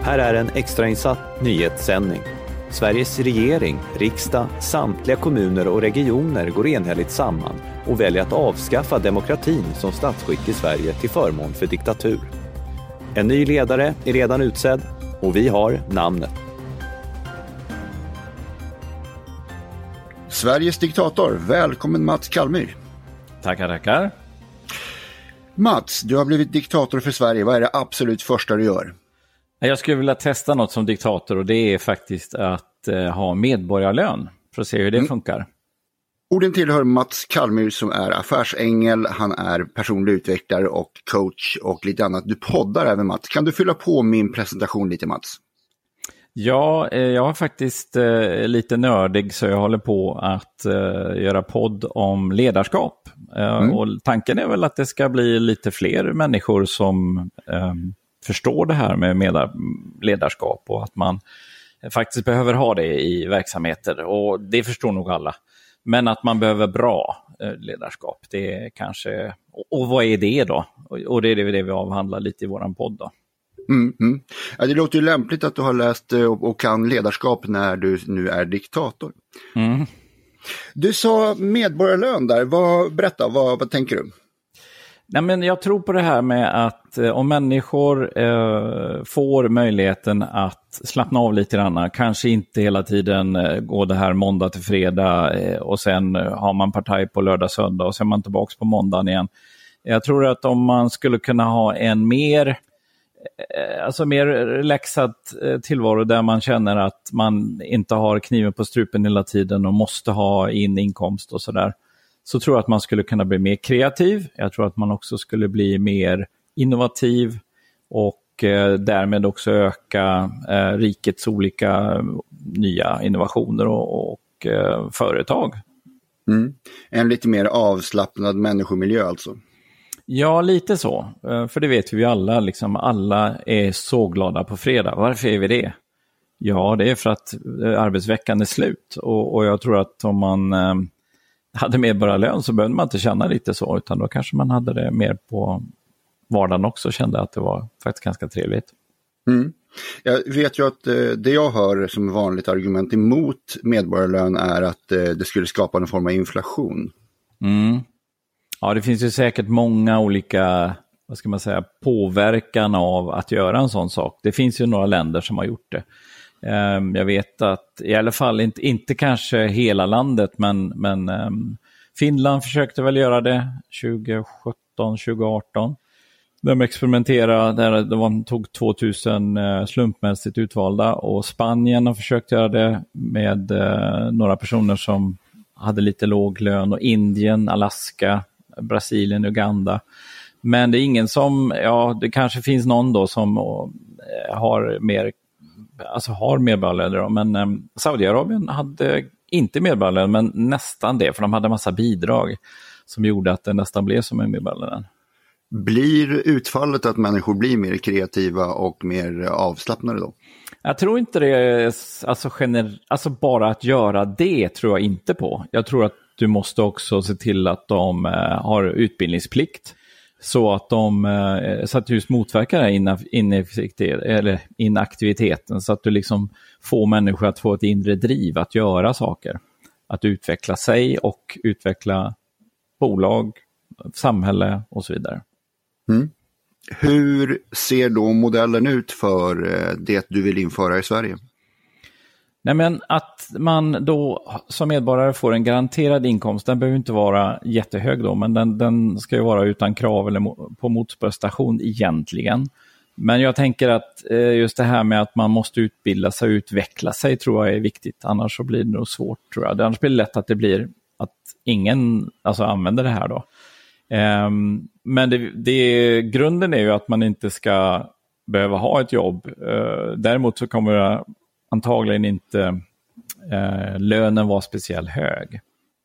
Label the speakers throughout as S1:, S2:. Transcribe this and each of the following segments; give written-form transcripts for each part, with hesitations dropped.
S1: Här är en extrainsatt nyhetssändning. Sveriges regering, riksdag, samtliga kommuner och regioner går enhälligt samman och väljer att avskaffa demokratin som statsskick i Sverige till förmån för diktatur. En ny ledare är redan utsedd och vi har namnet.
S2: Sveriges diktator, välkommen Mats Kallmyr.
S3: Tackar.
S2: Mats, du har blivit diktator för Sverige. Vad är det absolut första du gör?
S3: Jag skulle vilja testa något som diktator och det är faktiskt att ha medborgarlön för att se hur det funkar.
S2: Orden tillhör Mats Kallmyr som är affärsängel, han är personlig utvecklare och coach och lite annat. Du poddar även Mats. Kan du fylla på min presentation lite Mats?
S3: Ja, jag är faktiskt lite nördig så jag håller på att göra podd om ledarskap. Och tanken är väl att det ska bli lite fler människor som förstår det här med ledarskap och att man faktiskt behöver ha det i verksamheter. Och det förstår nog alla. Men att man behöver bra ledarskap, det är kanske... Och vad är det då? Och det är det vi avhandlar lite i våran podd då.
S2: Ja, det låter ju lämpligt att du har läst och kan ledarskap när du nu är diktator. Du sa medborgarlön där. Berätta, vad tänker du?
S3: Nej, men jag tror på det här med att om människor får möjligheten att slappna av lite grann, kanske inte hela tiden gå det här måndag till fredag och sen har man partaj på lördag, söndag och sen är man tillbaka på måndagen igen. Jag tror att om man skulle kunna ha en mer relaxad tillvaro där man känner att man inte har kniven på strupen hela tiden och måste ha in inkomst och sådär. Så tror jag att man skulle kunna bli mer kreativ. Jag tror att man också skulle bli mer innovativ och därmed också öka rikets olika nya innovationer och företag.
S2: En lite mer avslappnad människomiljö alltså.
S3: Ja, lite så. För det vet vi ju alla. Liksom, alla är så glada på fredag. Varför är vi det? Ja, det är för att arbetsveckan är slut. Och jag tror att om man hade medborgarlön så behövde man inte känna lite så. Utan då kanske man hade det mer på vardagen också. Kände att det var faktiskt ganska trevligt.
S2: Jag vet ju att det jag hör som vanligt argument emot medborgarlön är att det skulle skapa en form av inflation.
S3: Ja, det finns ju säkert många olika, påverkan av att göra en sån sak. Det finns ju några länder som har gjort det. Jag vet att i alla fall inte kanske hela landet, men Finland försökte väl göra det 2017-2018. De experimenterade, där de tog 2000 slumpmässigt utvalda och Spanien har försökt göra det med några personer som hade lite låg lön och Indien, Alaska, Brasilien, Uganda. Men det är ingen som, det kanske finns någon då som har medborgarlön, men Saudiarabien hade inte medborgarlön men nästan det, för de hade massa bidrag som gjorde att det nästan blev som en medborgarlön.
S2: Blir utfallet att människor blir mer kreativa och mer avslappnade då?
S3: Jag tror inte det är bara att göra det tror jag inte på. Jag tror att du måste också se till att de har utbildningsplikt så att just motverkar inaktiviteten så att du liksom får människor att få ett inre driv att göra saker. Att utveckla sig och utveckla bolag, samhälle och så vidare.
S2: Hur ser då modellen ut för det du vill införa i Sverige?
S3: Nej, men att man då som medborgare får en garanterad inkomst, den behöver inte vara jättehög då, men den ska ju vara utan krav eller på motprestation egentligen. Men jag tänker att just det här med att man måste utbilda sig och utveckla sig tror jag är viktigt, annars så blir det nog svårt tror jag. Annars blir det lätt att det blir att ingen använder det här då. Men grunden är ju att man inte ska behöva ha ett jobb. Däremot så kommer det antagligen inte lönen vara speciellt hög.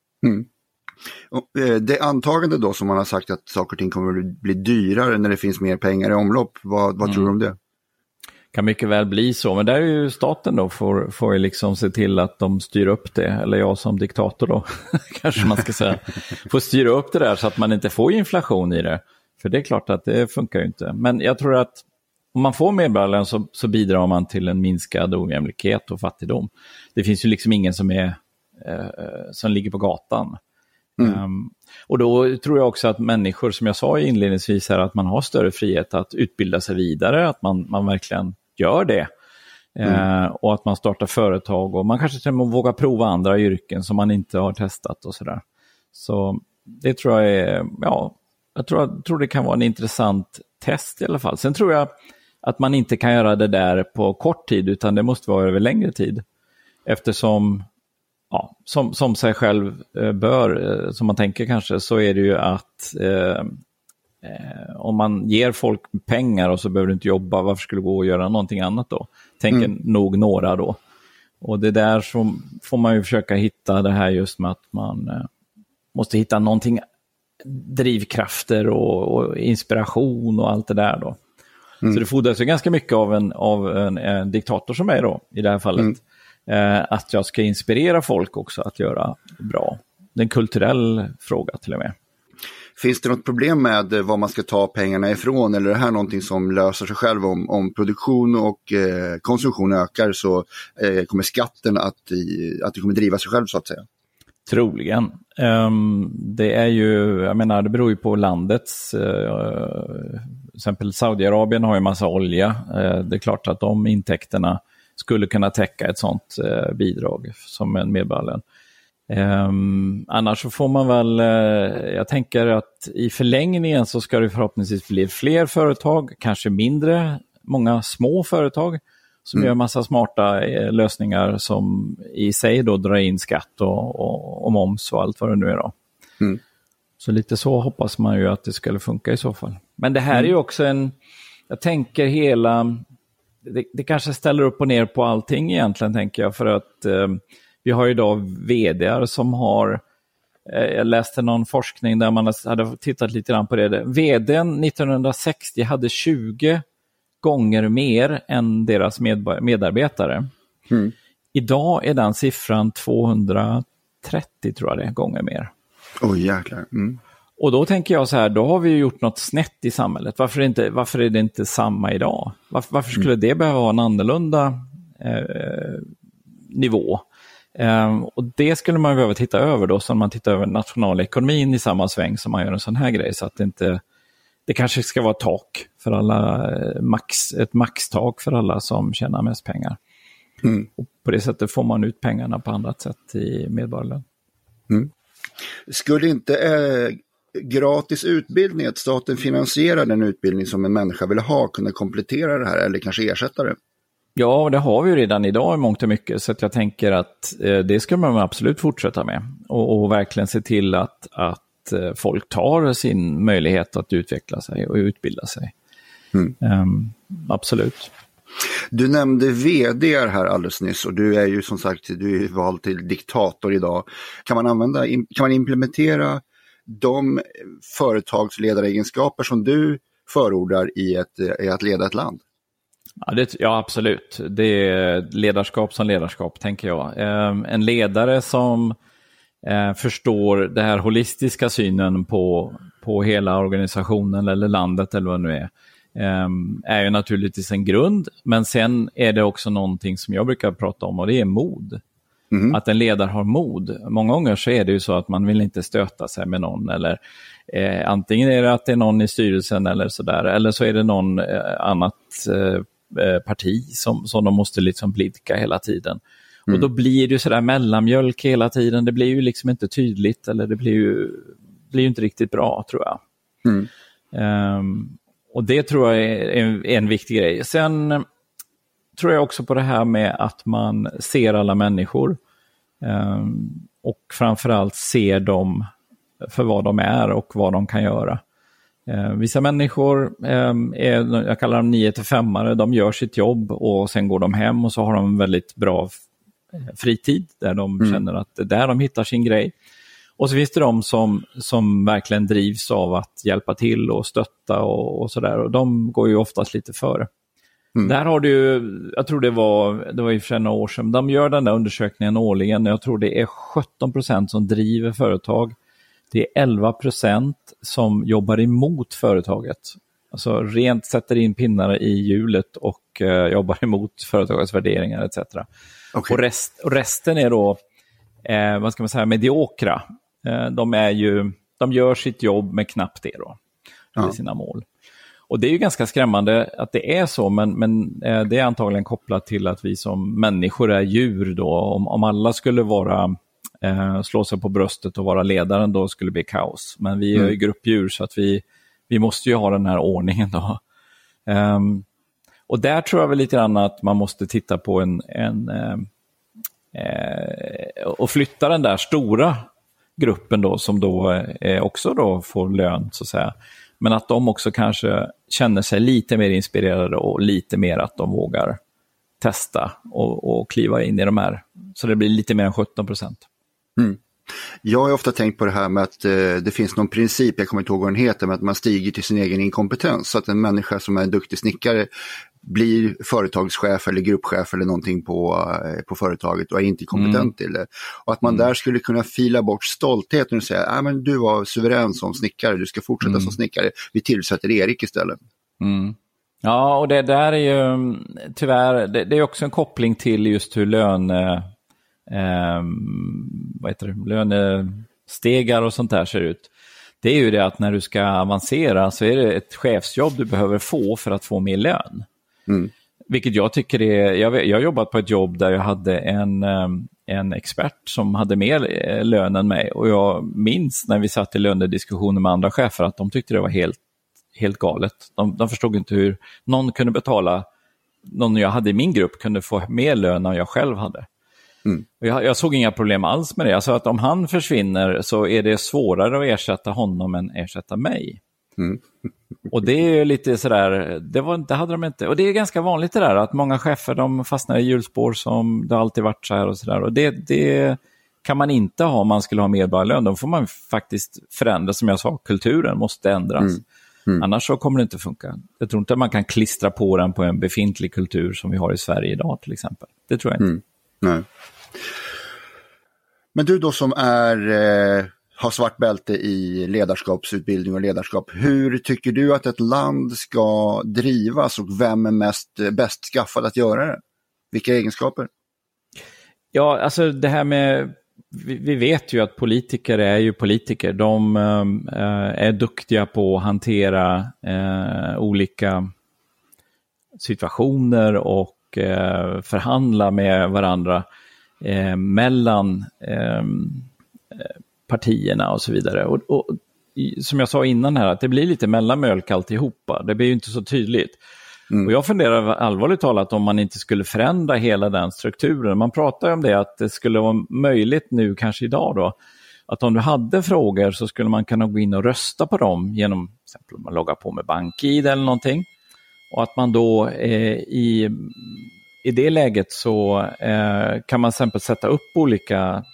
S2: Det antagande då som man har sagt att saker och ting kommer att bli dyrare när det finns mer pengar i omlopp. Vad tror du om det?
S3: Kan mycket väl bli så, men där är ju staten då får liksom se till att de styr upp det, eller jag som diktator då kanske man ska säga, får styra upp det där så att man inte får inflation i det, för det är klart att det funkar ju inte. Men jag tror att om man får medborgarlön så bidrar man till en minskad ojämlikhet och fattigdom. Det finns ju liksom ingen som ligger på gatan. Och då tror jag också att människor, som jag sa inledningsvis här, att man har större frihet att utbilda sig vidare, att man verkligen gör det. Och att man startar företag och man kanske till och med vågar prova andra yrken som man inte har testat och sådär. Så det tror jag är, jag tror det kan vara en intressant test i alla fall. Sen tror jag att man inte kan göra det där på kort tid, utan det måste vara över längre tid. Eftersom, som sig själv bör, som man tänker kanske, så är det ju att om man ger folk pengar och så behöver du inte jobba, varför skulle du gå och göra någonting annat då? Tänker nog några då. Och det där så får man ju försöka hitta det här just med att man måste hitta någonting, drivkrafter och inspiration och allt det där då. Så det fordras ju ganska mycket av en diktator som är då i det här fallet. Att jag ska inspirera folk också att göra bra. Det är en kulturell fråga till och med.
S2: Finns det något problem med var man ska ta pengarna ifrån, eller är det här någonting som löser sig själv? Om produktion och konsumtion ökar så kommer skatten att det kommer driva sig själv så att säga? Troligen.
S3: Det är ju, jag menar, det beror ju på landets, till exempel Saudiarabien har ju massa olja. Det är klart att de intäkterna skulle kunna täcka ett sånt bidrag som en medborgarlön. Annars så får man väl, jag tänker att i förlängningen så ska det förhoppningsvis bli fler företag, kanske mindre, många små företag som gör massa smarta lösningar som i sig då drar in skatt och moms och allt vad det nu är då. Så lite så hoppas man ju att det skulle funka i så fall. Men det här är ju också jag tänker det kanske ställer upp och ner på allting egentligen, tänker jag, för att vi har ju idag vd:ar som har, jag läste någon forskning där man hade tittat lite grann på det. Vd:n 1960 hade 20 gånger mer än deras medarbetare. Idag är den siffran 230 tror jag det, gånger mer.
S2: Jäklar.
S3: Och då tänker jag så här, då har vi ju gjort något snett i samhället. Varför är det inte samma idag? Varför skulle det behöva vara en annorlunda nivå? Och det skulle man behöva titta över då, som man tittar över nationalekonomin i samma sväng som man gör en sån här grej, så att det kanske ska vara tak för alla, ett maxtak för alla som tjänar mest pengar. Och på det sättet får man ut pengarna på annat sätt i medborgarlön.
S2: Skulle inte gratis utbildning, att staten finansierar den utbildning som en människa vill ha, kunna komplettera det här eller kanske ersätta det?
S3: Ja, det har vi ju redan idag i mångt och mycket, så att jag tänker att det ska man absolut fortsätta med och verkligen se till att folk tar sin möjlighet att utveckla sig och utbilda sig. Absolut.
S2: Du nämnde vd här alldeles nyss, och du är ju som sagt, du är vald till diktator idag. Kan man implementera de företagsledaregenskaper som du förordar i att leda ett land?
S3: Ja, absolut. Det är ledarskap som ledarskap, tänker jag. En ledare som förstår den här holistiska synen på hela organisationen eller landet eller vad det nu är ju naturligtvis en grund. Men sen är det också någonting som jag brukar prata om, och det är mod. Att en ledare har mod. Många gånger så är det ju så att man vill inte stöta sig med någon, eller antingen är det att det är någon i styrelsen eller sådär, eller så är det någon annat parti som de måste liksom blidka hela tiden. Och då blir det ju sådär mellanmjölk hela tiden. Det blir ju liksom inte tydligt, eller det blir ju inte riktigt bra, tror jag. Och det tror jag är en viktig grej. Sen tror jag också på det här med att man ser alla människor och framförallt ser dem för vad de är och vad de kan göra. Vissa människor jag kallar dem 9-5-are, de gör sitt jobb och sen går de hem och så har de en väldigt bra fritid där de känner att det är där de hittar sin grej. Och så finns det de som verkligen drivs av att hjälpa till och stötta och sådär, och de går ju oftast lite före. Där har du, jag tror det var i för några år sedan, de gör den där undersökningen årligen, jag tror det är 17% som driver företag, det är 11% som jobbar emot företaget. Alltså rent sätter in pinnar i hjulet och jobbar emot företagets värderingar etc.
S2: Okay.
S3: Och resten är då, vad ska man säga, mediokra. De gör sitt jobb med knappt det då, till sina mål. Och det är ju ganska skrämmande att det är så, men det är antagligen kopplat till att vi som människor är djur då. Om alla skulle slå sig på bröstet och vara ledaren, då skulle det bli kaos. Men vi är ju gruppdjur, så att vi måste ju ha den här ordningen då. Och där tror jag väl lite grann att man måste titta på och flytta den där stora gruppen då, som då också då får lön så att säga. Men att de också kanske känner sig lite mer inspirerade och lite mer att de vågar testa och kliva in i de här. Så det blir lite mer än 17%.
S2: Mm. Jag har ofta tänkt på det här med att det finns någon princip, jag kommer inte ihåg vad den heter, men att man stiger till sin egen inkompetens. Så att en människa som är en duktig snickare blir företagschef eller gruppchef eller någonting på företaget och är inte kompetent till det. Och att man där skulle kunna fila bort stoltheten och säga, men du var suverän som snickare, du ska fortsätta som snickare. Vi tillsätter Erik istället. Mm.
S3: Ja, och det där är ju tyvärr, det är också en koppling till just hur lönestegar och sånt där ser ut. Det är ju det att när du ska avancera så är det ett chefsjobb du behöver få för att få mer lön. Mm. Vilket jag tycker är, jag har jobbat på ett jobb där jag hade en expert som hade mer lön än mig, och jag minns när vi satt i lönediskussioner med andra chefer att de tyckte det var helt galet. De förstod inte hur någon kunde betala, någon jag hade i min grupp kunde få mer lön än jag själv hade. Mm. Jag såg inga problem alls med det. Alltså att om han försvinner så är det svårare att ersätta honom än ersätta mig. Mm. Och det är lite sådär, det hade de inte. Och det är ganska vanligt det där att många chefer de fastnar i hjulspår som det alltid varit så här och sådär. Och det kan man inte ha om man skulle ha medborgarlön. Då får man faktiskt förändra, som jag sa, kulturen måste ändras. Mm. Mm. Annars så kommer det inte funka. Jag tror inte att man kan klistra på den på en befintlig kultur som vi har i Sverige idag till exempel. Det tror jag inte.
S2: Mm. Nej. Men du då som har svart bälte i ledarskapsutbildning och ledarskap, hur tycker du att ett land ska drivas och vem är bäst skaffad att göra det? Vilka egenskaper?
S3: Ja, alltså det här med, vi vet ju att politiker är ju politiker. De är duktiga på att hantera olika situationer och förhandla med varandra mellan partierna och så vidare. Och som jag sa innan här, att det blir lite mellanmjölk alltihopa. Det blir ju inte så tydligt. Mm. Och jag funderar allvarligt talat om man inte skulle förändra hela den strukturen. Man pratar ju om det, att det skulle vara möjligt nu, kanske idag då, att om du hade frågor så skulle man kunna gå in och rösta på dem genom, till exempel om man loggar på med BankID eller någonting. Och att man då i det läget så kan man till exempel sätta upp olika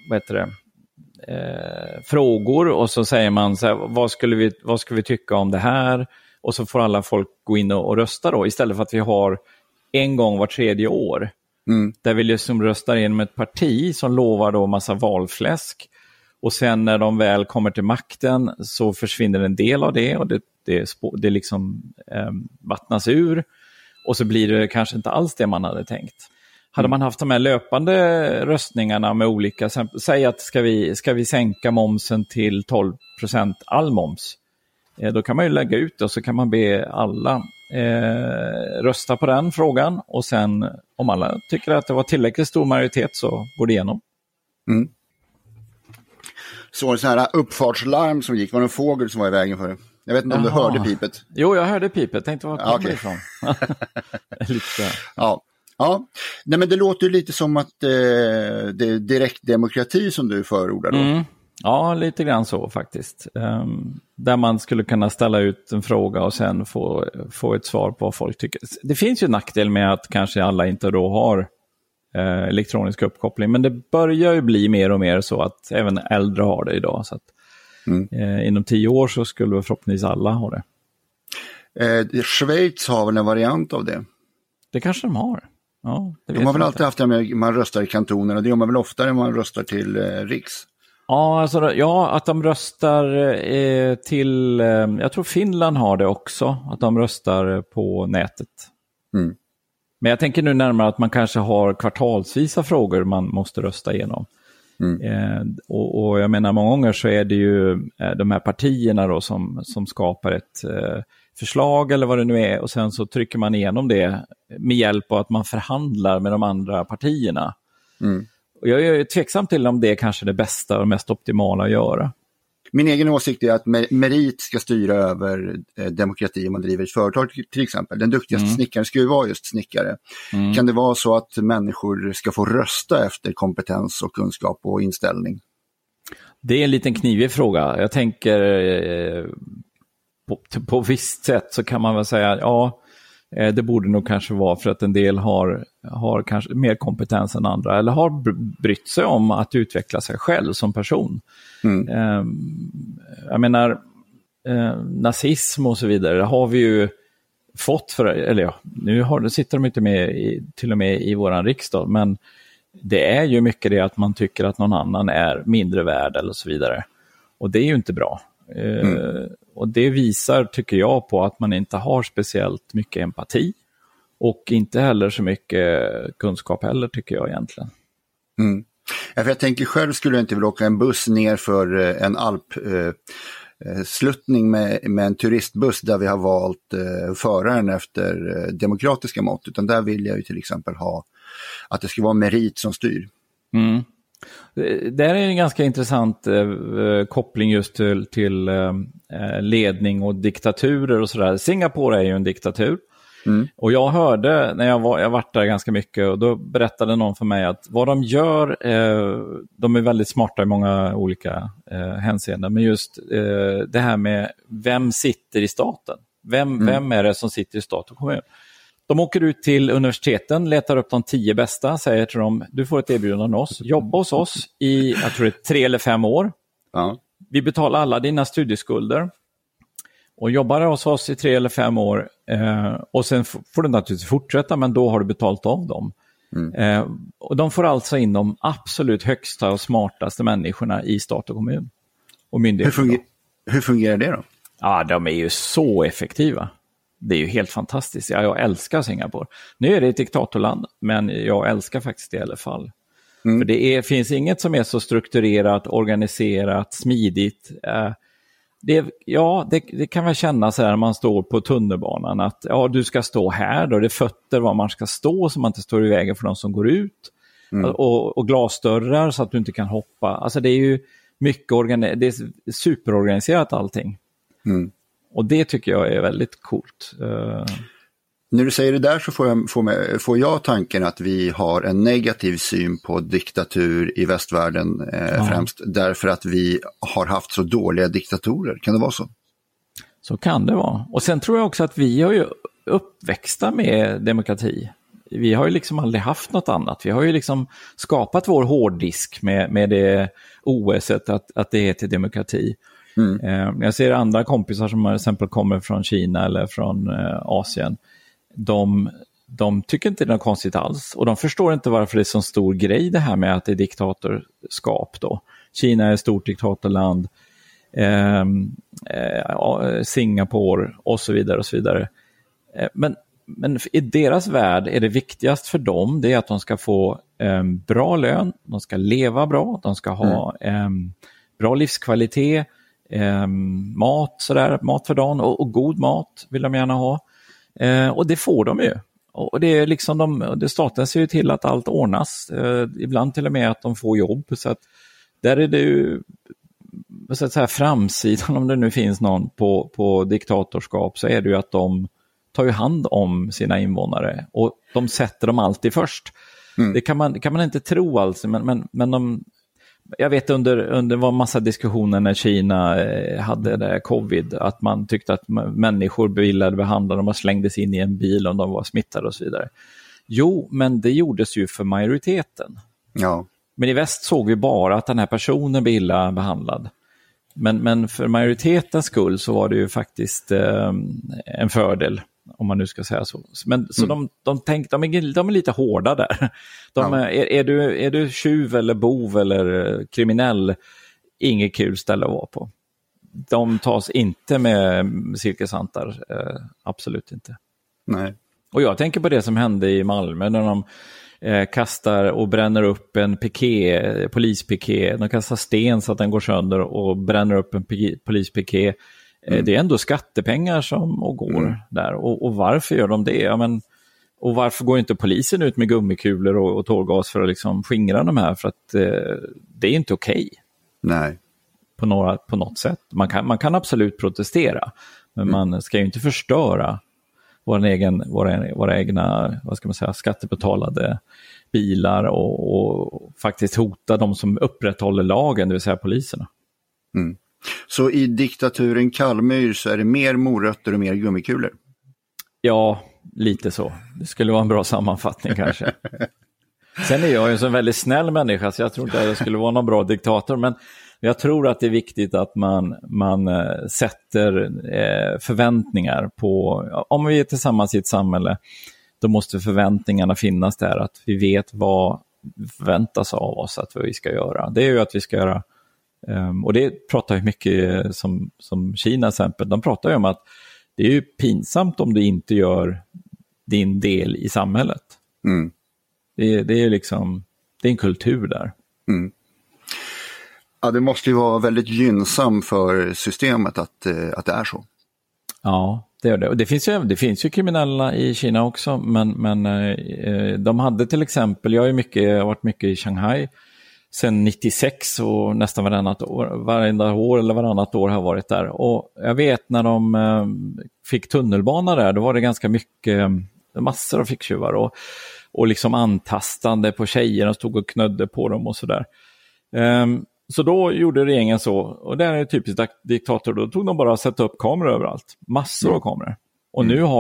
S3: frågor, och så säger man så här, vad ska vi tycka om det här, och så får alla folk gå in och rösta då, istället för att vi har en gång var 3:e år där vi liksom röstar igenom ett parti som lovar då massa valfläsk, och sen när de väl kommer till makten så försvinner en del av det, och det liksom vattnas ur, och så blir det kanske inte alls det man hade tänkt. Hade man haft de här löpande röstningarna med olika, säg att ska vi sänka momsen till 12% all moms, då kan man ju lägga ut det och så kan man be alla rösta på den frågan, och sen om alla tycker att det var tillräckligt stor majoritet så går det igenom.
S2: Mm. Så en sån här uppfartslarm som gick, var det en fågel som var i vägen för det? Jag vet inte om du hörde pipet.
S3: Jo, jag hörde pipet. Tänkte var kommer det ifrån? Lite.
S2: Ja. Nej, men det låter ju lite som att det är direktdemokrati som du förordar då. Mm.
S3: Ja, lite grann så faktiskt. Där man skulle kunna ställa ut en fråga och sen få ett svar på vad folk tycker. Det finns ju nackdel med att kanske alla inte då har elektronisk uppkoppling. Men det börjar ju bli mer och mer så att även äldre har det idag. Så att inom 10 år så skulle förhoppningsvis alla ha det.
S2: Schweiz har väl en variant av det? Det
S3: kanske de har. Ja,
S2: de har väl alltid haft det med man röstar i kantoner, och det gör man väl oftare när man röstar till riks.
S3: Ja, alltså, ja, att de röstar till, jag tror Finland har det också, att de röstar på nätet.
S2: Mm.
S3: Men jag tänker nu närmare att man kanske har kvartalsvisa frågor man måste rösta igenom. Och jag menar, många gånger så är det ju de här partierna då som skapar ett förslag eller vad det nu är, och sen så trycker man igenom det med hjälp av att man förhandlar med de andra partierna. Och jag är tveksam till om det är kanske det bästa och mest optimala att göra.
S2: Min egen åsikt är att merit ska styra över demokrati om man driver ett företag till exempel. Den duktigaste snickaren ska ju vara just snickare. Kan det vara så att människor ska få rösta efter kompetens och kunskap och inställning?
S3: Det är en liten knivig fråga. Jag tänker på visst sätt så kan man väl säga ja, det borde nog kanske vara för att en del har kanske mer kompetens än andra eller har brytt sig om att utveckla sig själv som person. Jag menar, nazism och så vidare har vi ju fått nu sitter de inte med till och med i våran riksdag, men det är ju mycket det att man tycker att någon annan är mindre värd eller så vidare. Och det är ju inte bra. Och det visar, tycker jag, på att man inte har speciellt mycket empati och inte heller så mycket kunskap heller, tycker jag egentligen.
S2: Ja, för jag tänker själv skulle jag inte vilja åka en buss ner för en sluttning med en turistbuss där vi har valt föraren efter demokratiska mått, utan där vill jag ju till exempel ha att det ska vara merit som styr.
S3: Det är en ganska intressant koppling just till ledning och diktaturer och sådär. Singapore är ju en diktatur. Och jag hörde när jag varit där ganska mycket, och då berättade någon för mig att vad de gör, de är väldigt smarta i många olika hänseenden, men just det här med vem sitter i staten. Vem är det som sitter i stat och kommun? De åker ut till universiteten, letar upp de 10 bästa, säger till dem, du får ett erbjudande av oss, jobba hos oss i, jag tror det är 3 eller 5 år. Vi betalar alla dina studieskulder. Och jobbar hos oss i 3 eller 5 år och sen får du naturligtvis fortsätta, men då har du betalt av dem. Och de får alltså in de absolut högsta och smartaste människorna i stat och kommun. Och myndigheter.
S2: Hur fungerar det då?
S3: Ja, de är ju så effektiva. Det är ju helt fantastiskt. Jag älskar Singapore. Nu är det ett diktatorland, men jag älskar faktiskt det i alla fall. För det finns inget som är så strukturerat, organiserat, smidigt. Det kan väl kännas så här när man står på tunnelbanan att du ska stå här då, det är fötter var man ska stå så man inte står i vägen för de som går ut och glasdörrar så att du inte kan hoppa. Alltså det är ju mycket det är superorganiserat allting. Och det tycker jag är väldigt coolt.
S2: När du säger det där så får jag tanken att vi har en negativ syn på diktatur i västvärlden främst därför att vi har haft så dåliga diktatorer. Kan det vara så?
S3: Så kan det vara. Och sen tror jag också att vi har ju uppväxta med demokrati. Vi har ju liksom aldrig haft något annat. Vi har ju liksom skapat vår hårddisk med det OS:et att det heter demokrati. Jag ser andra kompisar som till exempel kommer från Kina eller från Asien. De tycker inte det är något konstigt alls. Och de förstår inte varför det är så stor grej det här med att det är diktatorskap då. Kina är ett stort diktatorland. Singapore och så vidare och så vidare. Men i deras värld är det viktigast för dem det är att de ska få bra lön, de ska leva bra, de ska ha bra livskvalitet, mat för dagen och god mat vill de gärna ha. Och det får de ju. Och det är liksom det staten ser ju till att allt ordnas. Ibland till och med att de får jobb. Så att där är det ju så att säga, framsidan, om det nu finns någon på diktatorskap, så är det ju att de tar ju hand om sina invånare. Och de sätter dem alltid först. Det kan man inte tro alltså. Men jag vet under var massa diskussioner när Kina hade det covid, att man tyckte att människor behandlade dem och slängdes in i en bil om de var smittade och så vidare. Jo, men det gjordes ju för majoriteten.
S2: Ja.
S3: Men i väst såg vi bara att den här personen blev illa behandlad. Men för majoritetens skull så var det ju faktiskt en fördel, om man nu ska säga så. Men så de är lite hårda där. Är du tjuv eller bov eller kriminell inget kul ställe att vara på. De tas inte med silkesvantar, absolut inte.
S2: Nej.
S3: Och jag tänker på det som hände i Malmö när de kastar och bränner upp en polispiké. De kastar sten så att den går sönder och bränner upp en polispiké. Det är ändå skattepengar som går där. Och varför gör de det? Ja, men, och varför går inte polisen ut med gummikulor och tårgas för att liksom skingra de här? För att det är inte okej.
S2: Nej.
S3: På något sätt. Man kan absolut protestera. Men man ska ju inte förstöra våra egna, vad ska man säga, skattebetalade bilar och faktiskt hota de som upprätthåller lagen, det vill säga poliserna.
S2: Mm. Så i diktaturen Kallmyr så är det mer morötter och mer gummikulor?
S3: Ja, lite så. Det skulle vara en bra sammanfattning kanske. Sen är jag ju en väldigt snäll människa, så jag tror inte att jag skulle vara någon bra diktator, men jag tror att det är viktigt att man sätter förväntningar på, om vi är tillsammans i ett samhälle, då måste förväntningarna finnas där, att vi vet vad förväntas av oss att vi ska göra. Det är ju att vi ska göra, och det pratar ju mycket som Kina till exempel, de pratar ju om att det är ju pinsamt om du inte gör din del i samhället. Mm. Det är liksom, det är en kultur där.
S2: Mm. Ja, det måste ju vara väldigt gynnsamt för systemet att det är så.
S3: Ja, det är det. Och det finns ju kriminella i Kina också, men de hade till exempel, jag har varit mycket i Shanghai sedan 96 och nästan varannat år har jag varit där. Och jag vet när de fick tunnelbana där, då var det ganska mycket, massor av ficktjuvar och liksom antastande på tjejer och stod och knödde på dem och sådär. Så då gjorde regeringen så, och det är typiskt diktator, då tog de bara att sätta upp kameror överallt. Massor av kameror. Och nu har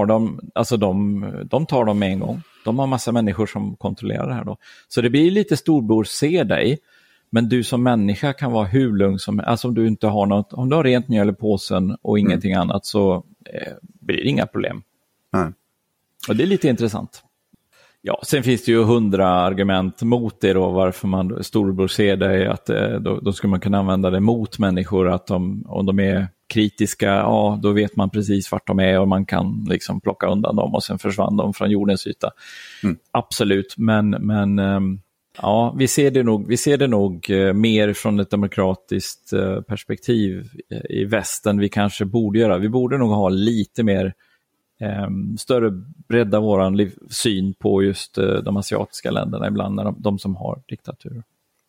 S3: de tar dem med en gång. De har massa människor som kontrollerar det här då. Så det blir lite storbror ser dig, men du som människa kan vara hur lugn som, alltså om du inte har något, om du har rent mjöl i påsen och ingenting annat, så blir det inga problem. Och det är lite intressant. Ja, sen finns det ju 100 argument mot det då, varför man storbror ser dig, att då skulle man kunna använda det mot människor, att om de är kritiska, ja, då vet man precis vart de är och man kan liksom plocka undan dem och sen försvann de från jordens yta. Absolut, men ja, vi ser det nog mer från ett demokratiskt perspektiv i västern vi kanske borde göra. Vi borde nog ha lite mer större bredda våran syn på just de asiatiska länderna ibland, när de som har diktatur.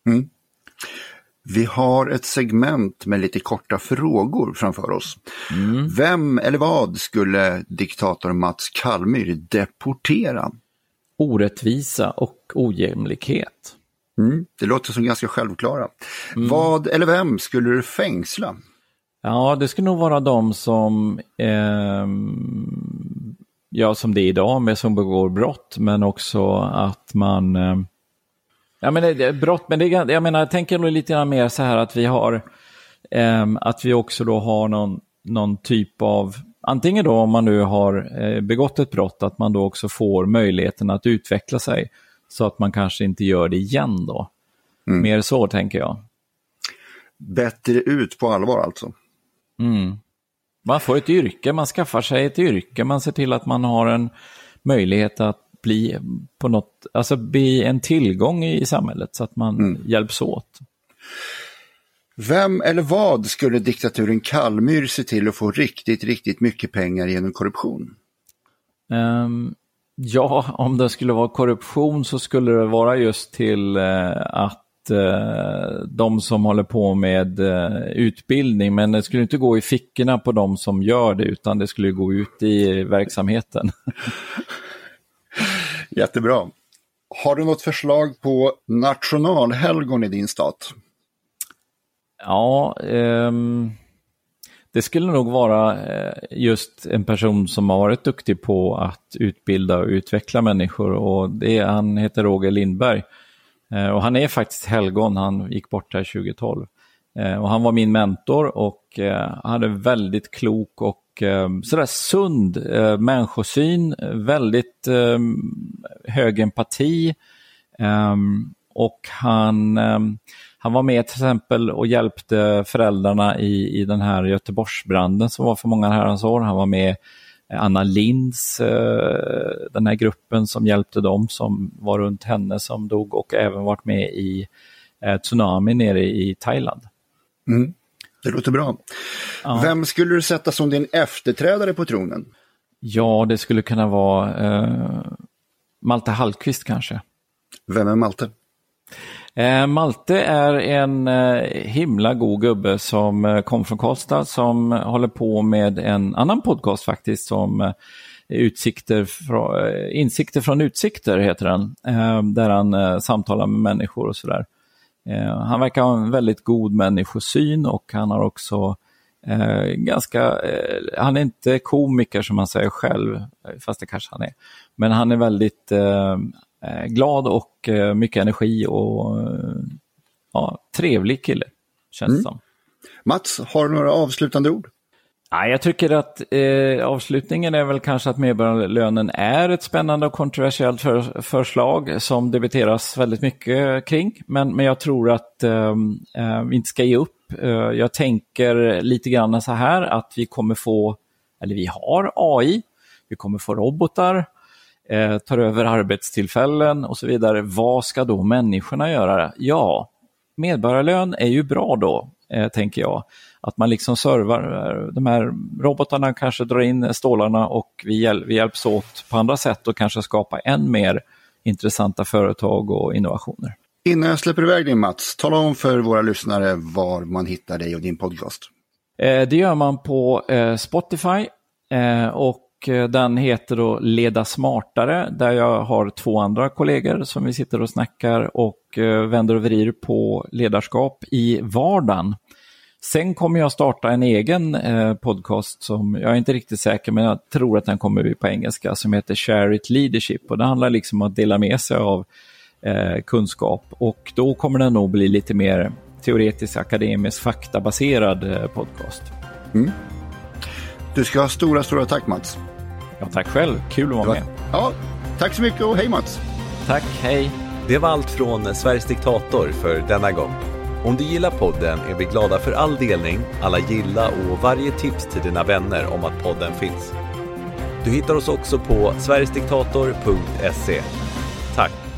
S2: Vi har ett segment med lite korta frågor framför oss. Vem eller vad skulle diktator Mats Kallmyr deportera?
S3: Orättvisa och ojämlikhet.
S2: Det låter som ganska självklara. Vad eller vem skulle du fängsla?
S3: Ja, det skulle nog vara de som som det är idag, med som begår brott, men också att man brott, men det, jag menar, jag tänker nog lite mer så här att vi har att vi också då har någon typ av, antingen då om man nu har begått ett brott, att man då också får möjligheten att utveckla sig så att man kanske inte gör det igen då. Mer så tänker jag. Bättre ut på allvar alltså. Man får ett yrke, man skaffar sig ett yrke, man ser till att man har en möjlighet att bli på något, alltså bli en tillgång i samhället så att man hjälps åt.
S2: Vem eller vad skulle diktaturen Kallmyr se till att få riktigt, riktigt mycket pengar genom korruption?
S3: Ja, om det skulle vara korruption så skulle det vara just till att de som håller på med utbildning, men det skulle inte gå i fickorna på de som gör det, utan det skulle gå ut i verksamheten.
S2: Jättebra. Har du något förslag på nationalhelgon i din stat?
S3: Ja, det skulle nog vara just en person som har varit duktig på att utbilda och utveckla människor, och han heter Roger Lindberg. Och han är faktiskt helgon, han gick bort här 2012. Och han var min mentor och hade väldigt klok och sådär sund människosyn, väldigt hög empati. Och Han var med till exempel och hjälpte föräldrarna i den här Göteborgsbranden som var för många herrans år. Han var med Anna Linds, den här gruppen som hjälpte dem som var runt henne som dog, och även varit med i tsunami nere i Thailand.
S2: Mm. Det låter bra. Ja. Vem skulle du sätta som din efterträdare på tronen?
S3: Ja, det skulle kunna vara Malte Hallqvist kanske.
S2: Vem är Malte?
S3: Malte är en himla god gubbe som kom från Karlstad, som håller på med en annan podcast faktiskt som Insikter från utsikter heter den, där han samtalar med människor och sådär. Han verkar ha en väldigt god människosyn, och han har också han är inte komiker som man säger själv, fast det kanske han är, men han är väldigt glad och mycket energi och trevlig kille, känns som.
S2: Mats, har du några avslutande ord?
S3: Ja, jag tycker att avslutningen är väl kanske att medborgarlönen är ett spännande och kontroversiellt förslag som debatteras väldigt mycket kring. Men jag tror att vi inte ska ge upp. Jag tänker lite grann så här att vi har AI, vi kommer få robotar, tar över arbetstillfällen och så vidare. Vad ska då människorna göra? Ja, medborgarlön är ju bra då, tänker jag. Att man liksom servar de här robotarna, kanske drar in stålarna, och vi hjälps åt på andra sätt och kanske skapa än mer intressanta företag och innovationer.
S2: Innan jag släpper iväg dig, Mats, tala om för våra lyssnare var man hittar dig och din podcast.
S3: Det gör man på Spotify, och den heter då Leda smartare, där jag har 2 andra kollegor som vi sitter och snackar och vänder och vrider på ledarskap i vardagen. Sen kommer jag starta en egen podcast som jag är inte riktigt säker, men jag tror att den kommer bli på engelska, som heter Share It Leadership, och det handlar liksom om att dela med sig av kunskap, och då kommer den nog bli lite mer teoretisk, akademisk, faktabaserad podcast. Mm.
S2: Du ska ha stora tack, Mats.
S3: Ja, tack själv. Kul att vara med.
S2: Ja, tack så mycket och hej, Mats.
S3: Tack, hej.
S1: Det var allt från Sveriges diktator för denna gång. Om du gillar podden är vi glada för all delning, alla gilla och varje tips till dina vänner om att podden finns. Du hittar oss också på sverigesdiktator.se. Tack!